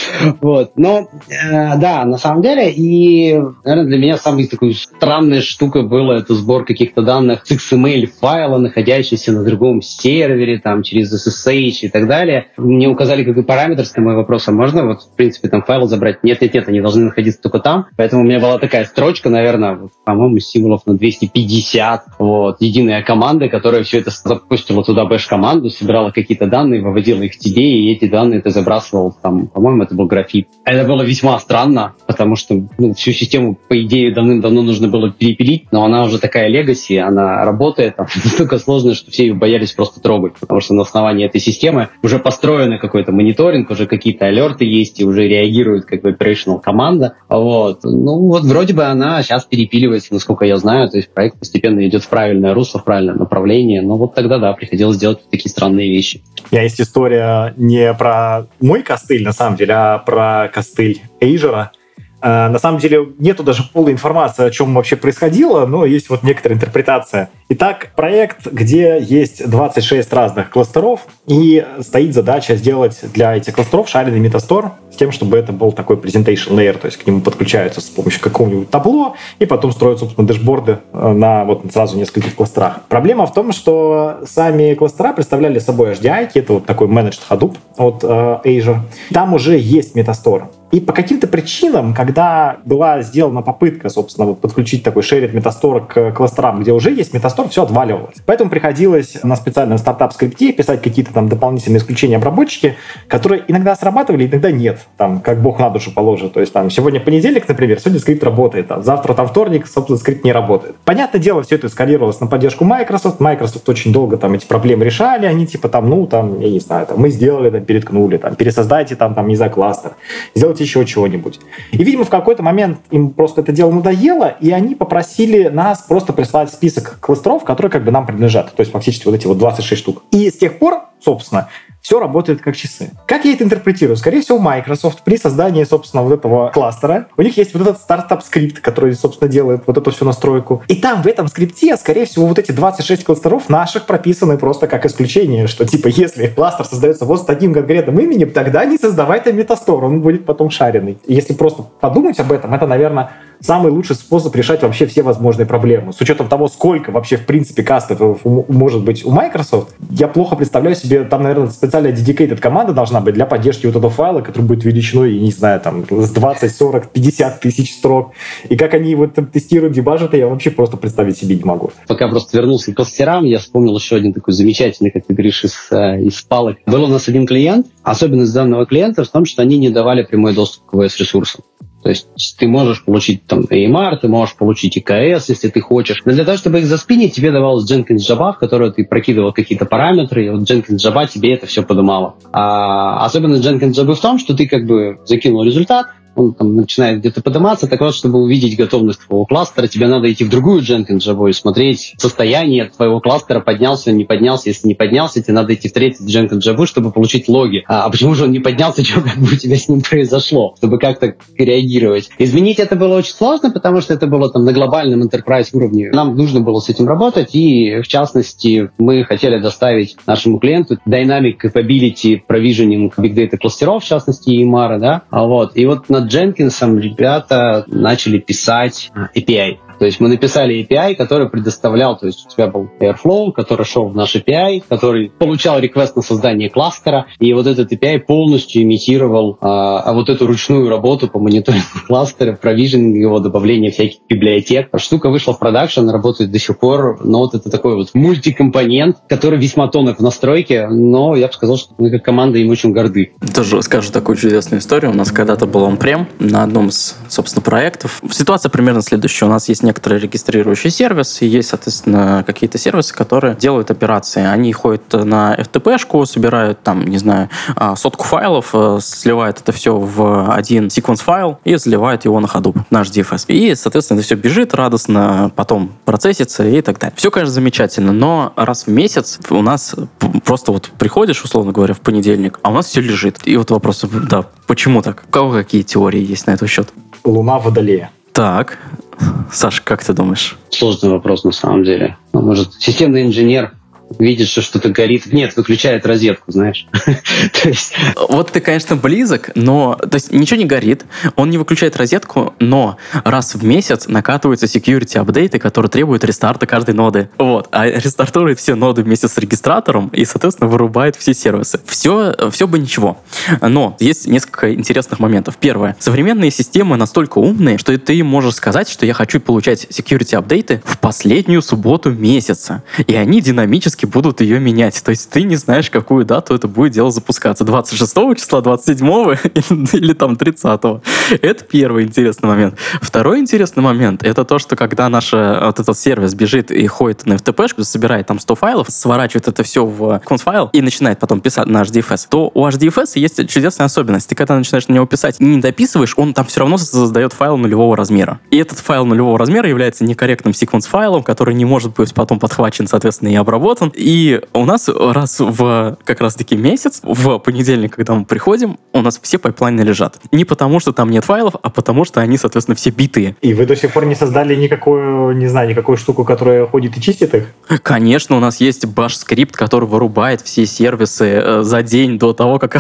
Вот, но, да, на самом деле, и, наверное, для меня самой такой странной штукой было это сбор каких-то данных с XML-файла, находящихся на другом сервере, там, через SSH и так далее. Мне указали какой параметр, с мой вопрос, а можно, вот, в принципе, там, файлы забрать? Нет, они должны находиться только там. Поэтому у меня была такая строчка, наверное, по-моему, символов на 250, вот, единая команда, которая все это запустила туда бэш-команду, собирала какие-то данные, выводила их в TD, и эти данные ты забрасывал, там, по-моему, это был графит. Это было весьма странно, потому что всю систему, по идее, давным-давно нужно было перепилить, но она уже такая легаси, она работает, настолько сложная, что все ее боялись просто трогать, потому что на основании этой системы уже построен какой-то мониторинг, уже какие-то алерты есть, и уже реагирует как бы operational команда. Вот. Вот вроде бы она сейчас перепиливается, насколько я знаю, то есть проект постепенно идет в правильное русло, в правильное направление, но вот тогда, да, приходилось делать такие странные вещи. У меня есть история не про мой костыль, на самом деле, а про костыль Azure. На самом деле нету даже полной информации, о чем вообще происходило, но есть вот некоторая интерпретация. Итак, проект, где есть 26 разных кластеров, и стоит задача сделать для этих кластеров шаренный метастор с тем, чтобы это был такой presentation layer, то есть к нему подключаются с помощью какого-нибудь табло, и потом строят, собственно, дэшборды на вот сразу нескольких кластерах. Проблема в том, что сами кластера представляли собой HDI, это вот такой managed Hadoop от Azure. Там уже есть метастор. И по каким-то причинам, когда была сделана попытка, собственно, вот подключить такой shared метастор к кластерам, где уже есть метастор, все отваливалось. Поэтому приходилось на специальном стартап-скрипте писать какие-то там дополнительные исключения обработчики, которые иногда срабатывали, иногда нет. Там, как бог на душу положит. То есть там сегодня понедельник, например, сегодня скрипт работает, а завтра там вторник, собственно, скрипт не работает. Понятное дело, все это эскалировалось на поддержку Microsoft. Microsoft очень долго там эти проблемы решали, они типа там, я не знаю, там, мы сделали, там, переткнули, там, пересоздайте там, не знаю, кластер, сделайте еще чего-нибудь. И, видимо, в какой-то момент им просто это дело надоело, и они попросили нас просто прислать список кластеров, которые как бы нам принадлежат. То есть фактически вот эти вот 26 штук. И с тех пор, собственно, все работает как часы. Как я это интерпретирую? Скорее всего, Microsoft при создании, собственно, вот этого кластера, у них есть вот этот стартап-скрипт, который, собственно, делает вот эту всю настройку. И там, в этом скрипте, скорее всего, вот эти 26 кластеров наших прописаны просто как исключение, что, типа, если кластер создается вот с таким конкретным именем, тогда не создавай там метастор, он будет потом шаренный. И если просто подумать об этом, это, наверное, самый лучший способ решать вообще все возможные проблемы. С учетом того, сколько вообще, в принципе, кастов может быть у Microsoft, я плохо представляю себе, там, наверное, специальная dedicated команда должна быть для поддержки вот этого файла, который будет величиной, не знаю, там, с 20, 40, 50 тысяч строк. И как они его там тестируют, дебажат, я вообще просто представить себе не могу. Пока просто вернулся к кластерам, я вспомнил еще один такой замечательный, как ты говоришь, из палок. Был у нас один клиент. Особенность данного клиента в том, что они не давали прямой доступ к OS-ресурсам. То есть ты можешь получить там AMR, ты можешь получить EKS, если ты хочешь. Но для того, чтобы их заспинить, тебе давалась Jenkins Java, в которую ты прокидывал какие-то параметры, и вот Jenkins Java тебе это все подымало. А особенность Jenkins Java в том, что ты как бы закинул результат, он там начинает где-то подниматься, так вот, чтобы увидеть готовность твоего кластера, тебе надо идти в другую Jenkins Java и смотреть состояние твоего кластера, поднялся, не поднялся. Если не поднялся, тебе надо идти в третий Jenkins Java, чтобы получить логи. А почему же он не поднялся, что как бы у тебя с ним произошло, чтобы как-то реагировать. Изменить это было очень сложно, потому что это было там на глобальном enterprise уровне. Нам нужно было с этим работать, и в частности мы хотели доставить нашему клиенту Dynamic Capability Provisioning Big Data кластеров, в частности EMR, да, вот. И вот над Дженкинсом ребята начали писать API. То есть мы написали API, который предоставлял, то есть у тебя был Airflow, который шел в наш API, который получал реквест на создание кластера, и вот этот API полностью имитировал вот эту ручную работу по мониторингу кластера, провиженинг его, добавление всяких библиотек. Штука вышла в продакшн, работает до сих пор, но вот это такой вот мультикомпонент, который весьма тонок в настройке, но я бы сказал, что мы как команда им очень горды. Тоже расскажу такую чудесную историю. У нас когда-то был он-прем на одном из, собственно, проектов. Ситуация примерно следующая. У нас есть некоторый регистрирующий сервис, и есть, соответственно, какие-то сервисы, которые делают операции. Они ходят на FTP-шку, собирают там, не знаю, 100 файлов, сливают это все в один секвенс-файл и заливают его на Hadoop, наш DFS. И, соответственно, это все бежит радостно, потом процессится и так далее. Все, конечно, замечательно, но раз в месяц у нас просто вот приходишь, условно говоря, в понедельник, а у нас все лежит. И вот вопрос, да, почему так? У кого какие теории есть на этот счет? Луна в Водолее. Так, Саш, как ты думаешь? Сложный вопрос на самом деле. Может, системный инженер видит, что что-то горит. Нет, выключает розетку, знаешь. Вот ты, конечно, близок, но... То есть ничего не горит, он не выключает розетку, но раз в месяц накатываются security-апдейты, которые требуют рестарта каждой ноды. Вот. А рестартует все ноды вместе с регистратором и, соответственно, вырубает все сервисы. Все бы ничего. Но есть несколько интересных моментов. Первое. Современные системы настолько умные, что ты им можешь сказать, что я хочу получать security-апдейты в последнюю субботу месяца. И они динамически будут ее менять. То есть ты не знаешь, какую дату это будет дело запускаться. 26 числа, 27 или там 30. Это первый интересный момент. Второй интересный момент — это то, что когда наш вот этот сервис бежит и ходит на FTP-шку, собирает там 100 файлов, сворачивает это все в конфайл и начинает потом писать на HDFS, то у HDFS есть чудесная особенность. Ты когда начинаешь на него писать и не дописываешь, он там все равно создает файл нулевого размера. И этот файл нулевого размера является некорректным секвенс-файлом, который не может быть потом подхвачен, соответственно, и обработан. И у нас раз в как раз-таки месяц, в понедельник, когда мы приходим, у нас все пайплайны лежат. Не потому, что там нет файлов, а потому, что они, соответственно, все битые. И вы до сих пор не создали никакую, не знаю, никакую штуку, которая ходит и чистит их? Конечно, у нас есть bash-скрипт, который вырубает все сервисы за день до того, как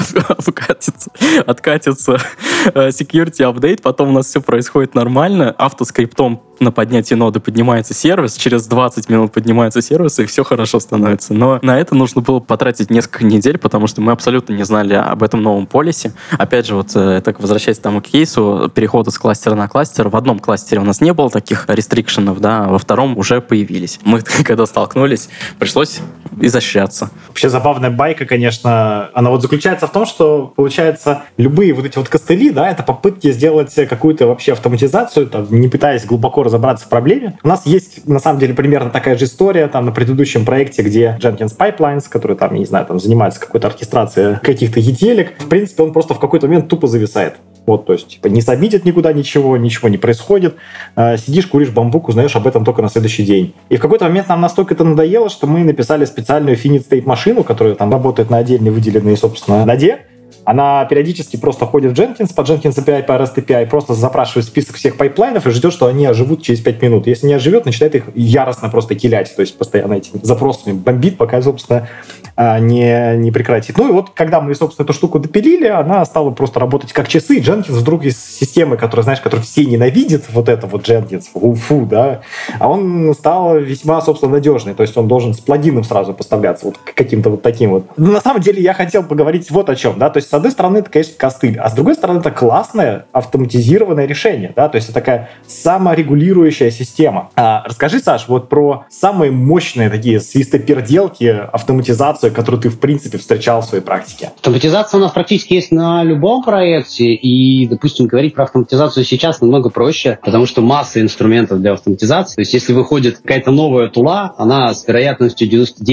откатится security update. Потом у нас все происходит нормально. Автоскриптом на поднятии ноды поднимается сервис, через 20 минут поднимается сервис, и все хорошо становится. Но на это нужно было потратить несколько недель, потому что мы абсолютно не знали об этом новом полисе. Опять же, вот так возвращаясь к тому кейсу перехода с кластера на кластер, в одном кластере у нас не было таких рестрикшенов, да, а во втором уже появились. Мы, когда столкнулись, пришлось изощряться. Вообще забавная байка, конечно, она вот заключается в том, что, получается, любые вот эти вот костыли, да, это попытки сделать какую-то вообще автоматизацию, там, не пытаясь глубоко разобраться в проблеме. У нас есть, на самом деле, примерно такая же история там на предыдущем проекте, где Jenkins Pipelines, который там, я не знаю, там занимается какой-то оркестрацией каких-то етелек, в принципе, он просто в какой-то момент тупо зависает. Вот, то есть, типа, не сабмитит никуда ничего не происходит. Сидишь, куришь бамбук, узнаешь об этом только на следующий день. И в какой-то момент нам настолько это надоело, что мы написали специальную finite state машину, которая там работает на отдельно выделенной, собственно, ноде. Она периодически просто ходит в Jenkins, по Jenkins API, по REST API, просто запрашивает список всех пайплайнов и ждет, что они оживут через 5 минут. Если не оживет, начинает их яростно просто килять, то есть постоянно этими запросами бомбит, пока, собственно, не прекратит. Ну и вот, когда мы, собственно, эту штуку допилили, она стала просто работать как часы. Jenkins вдруг из системы, которая, знаешь, которую все ненавидят, вот это вот Jenkins, фу, да, а он стал весьма, собственно, надежный. То есть он должен с плагином сразу поставляться, вот каким-то вот таким вот. Но на самом деле я хотел поговорить вот о чем, да, то есть с одной стороны это, конечно, костыль, а с другой стороны это классное автоматизированное решение, да, то есть это такая саморегулирующая система. Расскажи, Саш, вот про самые мощные такие свистоперделки, автоматизацию, которую ты, в принципе, встречал в своей практике. Автоматизация у нас практически есть на любом проекте, и, допустим, говорить про автоматизацию сейчас намного проще, потому что масса инструментов для автоматизации. То есть если выходит какая-то новая тула, она с вероятностью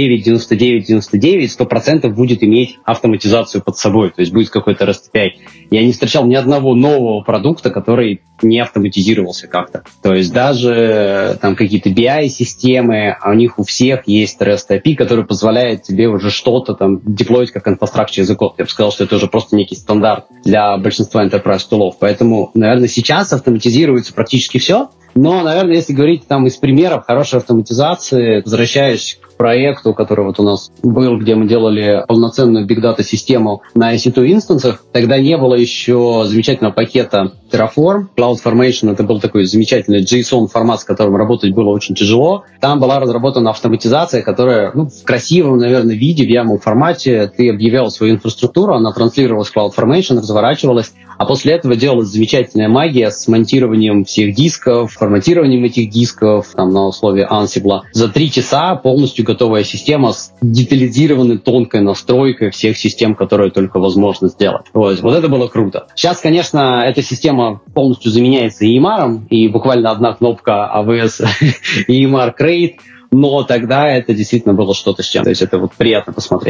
100% будет иметь автоматизацию под собой. То есть будет какой-то REST API. Я не встречал ни одного нового продукта, который не автоматизировался как-то. То есть даже там какие-то BI-системы, а у них у всех есть REST API, который позволяет тебе уже что-то там деплоить как infrastructure as a code. Я бы сказал, что это уже просто некий стандарт для большинства enterprise тулов. Поэтому, наверное, сейчас автоматизируется практически все. Но, наверное, если говорить там из примеров хорошей автоматизации, возвращаясь к проекту, который вот у нас был, где мы делали полноценную Big Data систему на EC2 инстансах, тогда не было еще замечательного пакета Terraform. CloudFormation — это был такой замечательный JSON-формат, с которым работать было очень тяжело. Там была разработана автоматизация, которая в красивом, наверное, виде, в YAML-формате. Ты объявлял свою инфраструктуру, она транслировалась в CloudFormation, разворачивалась, а после этого делалась замечательная магия с монтированием всех дисков, форматированием этих дисков там, на условии Ansible. За 3 часа полностью готовая система с детализированной тонкой настройкой всех систем, которые только возможно сделать. Вот это было круто. Сейчас, конечно, эта система полностью заменяется EMR, и буквально одна кнопка AWS EMR Create, но тогда это действительно было что-то с чем. То есть это вот приятно посмотреть.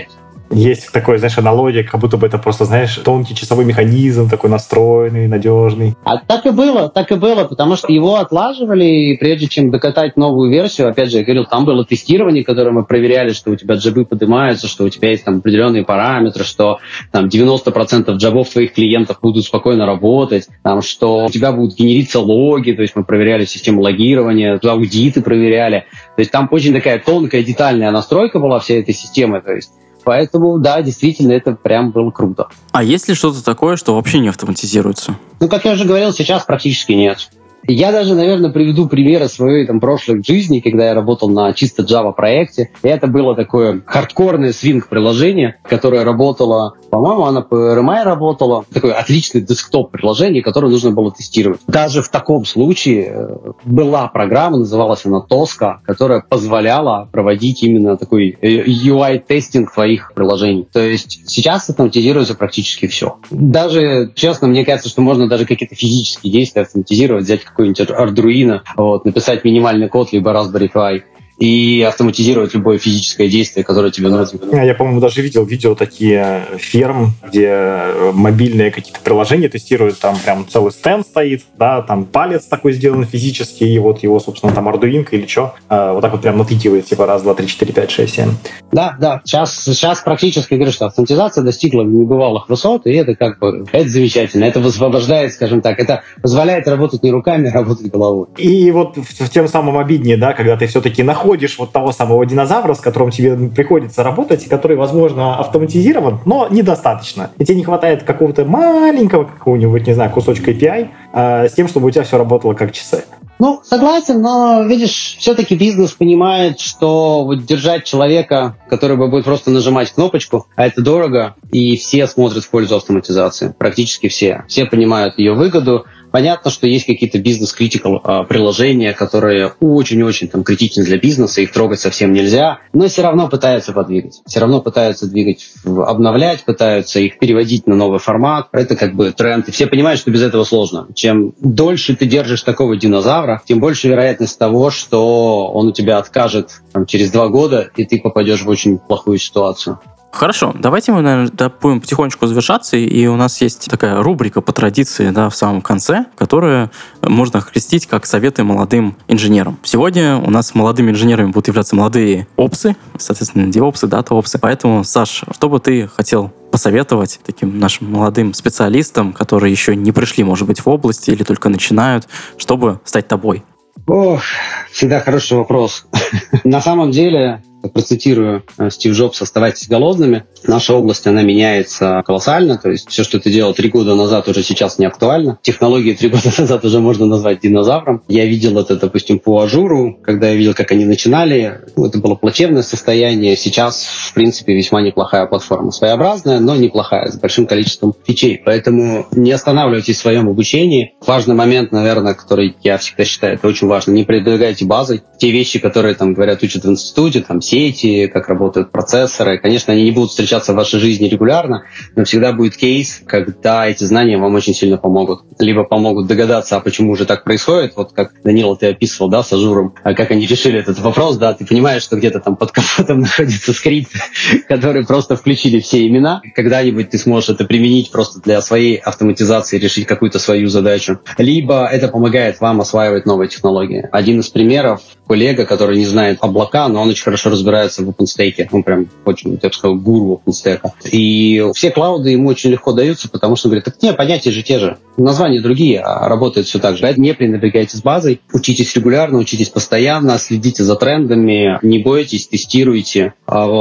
Есть такой, знаешь, аналогия, как будто бы это просто, знаешь, тонкий часовой механизм, такой настроенный, надежный. А так и было, потому что его отлаживали, и прежде чем докатать новую версию, опять же, я говорил, там было тестирование, которое мы проверяли, что у тебя джабы поднимаются, что у тебя есть там определенные параметры, что там 90% джабов твоих клиентов будут спокойно работать, там, что у тебя будут генериться логи, то есть мы проверяли систему логирования, аудиты проверяли. То есть там очень такая тонкая, детальная настройка была всей этой системы, то есть поэтому, да, действительно, это прям было круто. А есть ли что-то такое, что вообще не автоматизируется? Ну, как я уже говорил, сейчас практически нет. Я даже, наверное, приведу примеры своей прошлой жизни, когда я работал на чисто Java проекте. И это было такое хардкорное свинг-приложение, которое работало, по-моему, оно по RMI работало. Такое отличное десктоп-приложение, которое нужно было тестировать. Даже в таком случае была программа, называлась она Tosca, которая позволяла проводить именно такой UI-тестинг твоих приложений. То есть сейчас автоматизируется практически все. Даже, честно, мне кажется, что можно даже какие-то физические действия автоматизировать, взять какой-нибудь Arduino, написать минимальный код, либо Raspberry Pi, и автоматизировать любое физическое действие, которое тебе нужно. Я, по-моему, даже видел видео такие ферм, где мобильные какие-то приложения тестируют, там прям целый стенд стоит, да, там палец такой сделан физически, и вот его, собственно, там Arduino или что, вот так вот прям натыкивает, типа раз, два, три, четыре, пять, шесть, семь. Да, сейчас практически, говорю, что автоматизация достигла небывалых высот, и это это замечательно, это высвобождает, скажем так, это позволяет работать не руками, а работать головой. И вот тем самым обиднее, да, когда ты все-таки находишь вот того самого динозавра, с которым тебе приходится работать, и который, возможно, автоматизирован, но недостаточно. И тебе не хватает какого-то маленького, какого-нибудь, не знаю, кусочка API с тем, чтобы у тебя все работало как часы. Ну, согласен, но, видишь, все-таки бизнес понимает, что вот держать человека, который будет просто нажимать кнопочку, а это дорого, и все смотрят в пользу автоматизации, практически все. Все понимают ее выгоду. Понятно, что есть какие-то бизнес-критикал приложения, которые очень-очень критичны для бизнеса, их трогать совсем нельзя, но все равно пытаются подвигать. Все равно пытаются двигать, обновлять, пытаются их переводить на новый формат. Это тренд. И все понимают, что без этого сложно. Чем дольше ты держишь такого динозавра, тем больше вероятность того, что он у тебя откажет через 2 года, и ты попадешь в очень плохую ситуацию. Хорошо, давайте мы, наверное, будем потихонечку завершаться, и у нас есть такая рубрика по традиции, да, в самом конце, которую можно окрестить как советы молодым инженерам. Сегодня у нас молодыми инженерами будут являться молодые опсы, соответственно, девопсы, дата-опсы. Поэтому, Саш, что бы ты хотел посоветовать таким нашим молодым специалистам, которые еще не пришли, может быть, в область или только начинают, чтобы стать тобой? Ох, всегда хороший вопрос. На самом деле, процитирую Стив Джобса, оставайтесь голодными. Наша область, она меняется колоссально. То есть все, что ты делал 3 года назад, уже сейчас не актуально. Технологии 3 года назад уже можно назвать динозавром. Я видел это, допустим, по Ажуру, когда я видел, как они начинали. Это было плачевное состояние. Сейчас, в принципе, весьма неплохая платформа. Своеобразная, но неплохая, с большим количеством фичей. Поэтому не останавливайтесь в своем обучении. Важный момент, наверное, который я всегда считаю, это очень важно. Не пренебрегайте базой. Те вещи, которые, говорят, учат в институте, сети, как работают процессоры. Конечно, они не будут встречаться в вашей жизни регулярно, но всегда будет кейс, когда эти знания вам очень сильно помогут. Либо помогут догадаться, а почему же так происходит. Вот как, Данила, ты описывал, да, с Ажуром, как они решили этот вопрос, да, ты понимаешь, что где-то там под капотом находится скрипт, который просто включили все имена. Когда-нибудь ты сможешь это применить просто для своей автоматизации, решить какую-то свою задачу. Либо это помогает вам осваивать новые технологии. Один из примеров, коллега, который не знает облака, но он очень хорошо разбирается в OpenStack. Он прям очень, я бы сказал, гуру OpenStack. И все клауды ему очень легко даются, потому что он говорит, так нет, понятия же те же. Названия другие, а работает все так же. Поэтому не пренебрегайте с базой, учитесь регулярно, учитесь постоянно, следите за трендами, не бойтесь, тестируйте.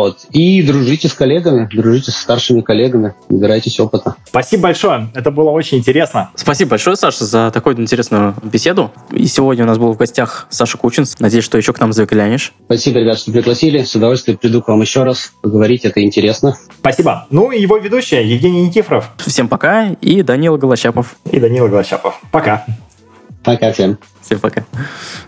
И дружите с коллегами, дружите со старшими коллегами, набирайтесь опыта. Спасибо большое, это было очень интересно. Спасибо большое, Саша, за такую интересную беседу. И сегодня у нас был в гостях Саша Кучин. Надеюсь, что еще к нам заглянешь. Спасибо, ребят, что пригласили. С удовольствием приду к вам еще раз поговорить, это интересно. Спасибо. И его ведущая Евгений Никифоров. Всем пока. И Данила Голощапов. Пока. Пока всем. Всем пока.